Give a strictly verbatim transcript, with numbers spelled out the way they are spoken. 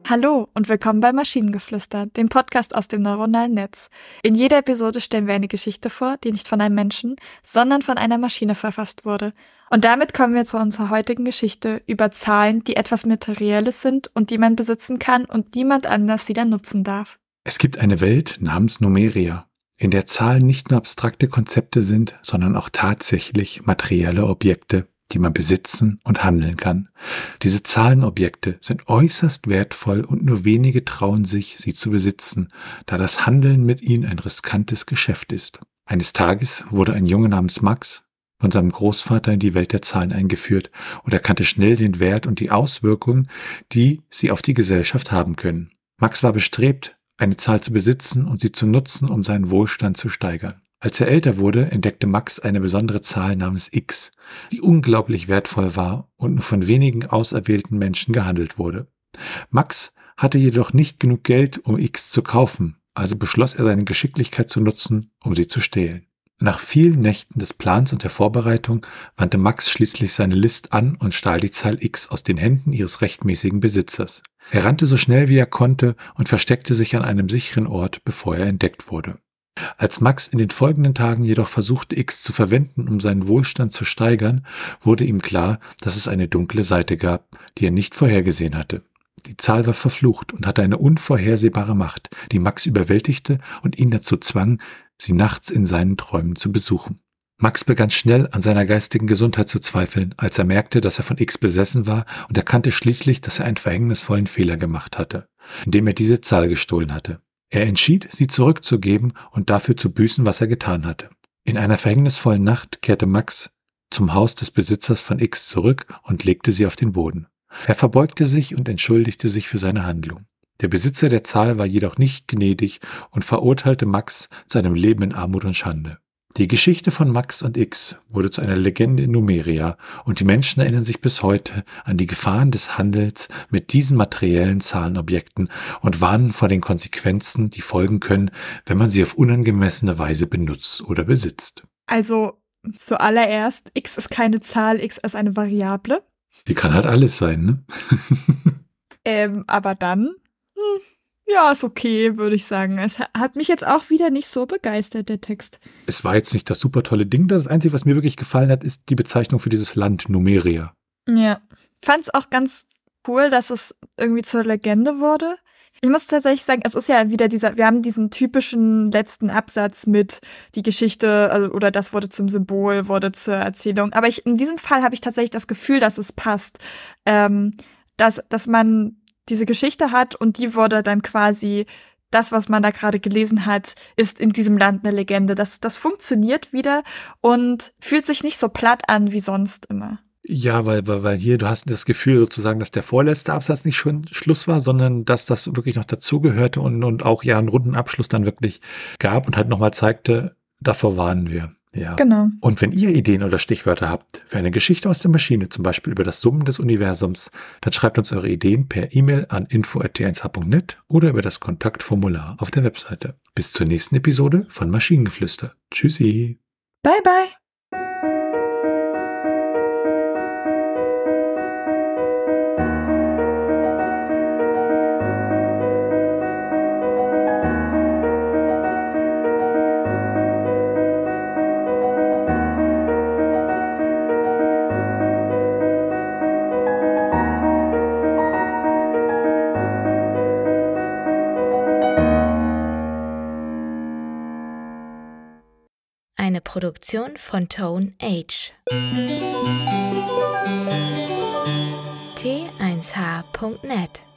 Hallo und willkommen bei Maschinengeflüster, dem Podcast aus dem neuronalen Netz. In jeder Episode stellen wir eine Geschichte vor, die nicht von einem Menschen, sondern von einer Maschine verfasst wurde. Und damit kommen wir zu unserer heutigen Geschichte über Zahlen, die etwas Materielles sind und die man besitzen kann und niemand anders sie dann nutzen darf. Es gibt eine Welt namens Numeria, in der Zahlen nicht nur abstrakte Konzepte sind, sondern auch tatsächlich materielle Objekte, die man besitzen und handeln kann. Diese Zahlenobjekte sind äußerst wertvoll und nur wenige trauen sich, sie zu besitzen, da das Handeln mit ihnen ein riskantes Geschäft ist. Eines Tages wurde ein Junge namens Max von seinem Großvater in die Welt der Zahlen eingeführt und erkannte schnell den Wert und die Auswirkungen, die sie auf die Gesellschaft haben können. Max war bestrebt, eine Zahl zu besitzen und sie zu nutzen, um seinen Wohlstand zu steigern. Als er älter wurde, entdeckte Max eine besondere Zahl namens X, die unglaublich wertvoll war und nur von wenigen auserwählten Menschen gehandelt wurde. Max hatte jedoch nicht genug Geld, um X zu kaufen, also beschloss er, seine Geschicklichkeit zu nutzen, um sie zu stehlen. Nach vielen Nächten des Plans und der Vorbereitung wandte Max schließlich seine List an und stahl die Zahl X aus den Händen ihres rechtmäßigen Besitzers. Er rannte so schnell wie er konnte und versteckte sich an einem sicheren Ort, bevor er entdeckt wurde. Als Max in den folgenden Tagen jedoch versuchte, X zu verwenden, um seinen Wohlstand zu steigern, wurde ihm klar, dass es eine dunkle Seite gab, die er nicht vorhergesehen hatte. Die Zahl war verflucht und hatte eine unvorhersehbare Macht, die Max überwältigte und ihn dazu zwang, sie nachts in seinen Träumen zu besuchen. Max begann schnell an seiner geistigen Gesundheit zu zweifeln, als er merkte, dass er von X besessen war und erkannte schließlich, dass er einen verhängnisvollen Fehler gemacht hatte, indem er diese Zahl gestohlen hatte. Er entschied, sie zurückzugeben und dafür zu büßen, was er getan hatte. In einer verhängnisvollen Nacht kehrte Max zum Haus des Besitzers von X zurück und legte sie auf den Boden. Er verbeugte sich und entschuldigte sich für seine Handlung. Der Besitzer der Zahl war jedoch nicht gnädig und verurteilte Max zu einem Leben in Armut und Schande. Die Geschichte von Max und X wurde zu einer Legende in Numeria und die Menschen erinnern sich bis heute an die Gefahren des Handels mit diesen materiellen Zahlenobjekten und warnen vor den Konsequenzen, die folgen können, wenn man sie auf unangemessene Weise benutzt oder besitzt. Also zuallererst, X ist keine Zahl, X ist eine Variable. Die kann halt alles sein, ne? ähm, aber dann... Hm. Ja, ist okay, würde ich sagen. Es hat mich jetzt auch wieder nicht so begeistert, der Text. Es war jetzt nicht das super tolle Ding. Das Einzige, was mir wirklich gefallen hat, ist die Bezeichnung für dieses Land, Numeria. Ja, fand es auch ganz cool, dass es irgendwie zur Legende wurde. Ich muss tatsächlich sagen, es ist ja wieder dieser, wir haben diesen typischen letzten Absatz mit die Geschichte, also, oder das wurde zum Symbol, wurde zur Erzählung. Aber ich, in diesem Fall habe ich tatsächlich das Gefühl, dass es passt. Ähm, dass, dass man diese Geschichte hat und die wurde dann quasi, das, was man da gerade gelesen hat, ist in diesem Land eine Legende. Das, das funktioniert wieder und fühlt sich nicht so platt an wie sonst immer. Ja, weil, weil, weil hier, du hast das Gefühl sozusagen, dass der vorletzte Absatz nicht schon Schluss war, sondern dass das wirklich noch dazugehörte und, und auch ja einen runden Abschluss dann wirklich gab und halt nochmal zeigte, davor warnen wir. Ja. Genau. Und wenn ihr Ideen oder Stichwörter habt für eine Geschichte aus der Maschine, zum Beispiel über das Summen des Universums, dann schreibt uns eure Ideen per E-Mail an info at t eins h punkt net oder über das Kontaktformular auf der Webseite. Bis zur nächsten Episode von Maschinengeflüster. Tschüssi. Bye, bye. Eine Produktion von Tone Age. t eins h punkt net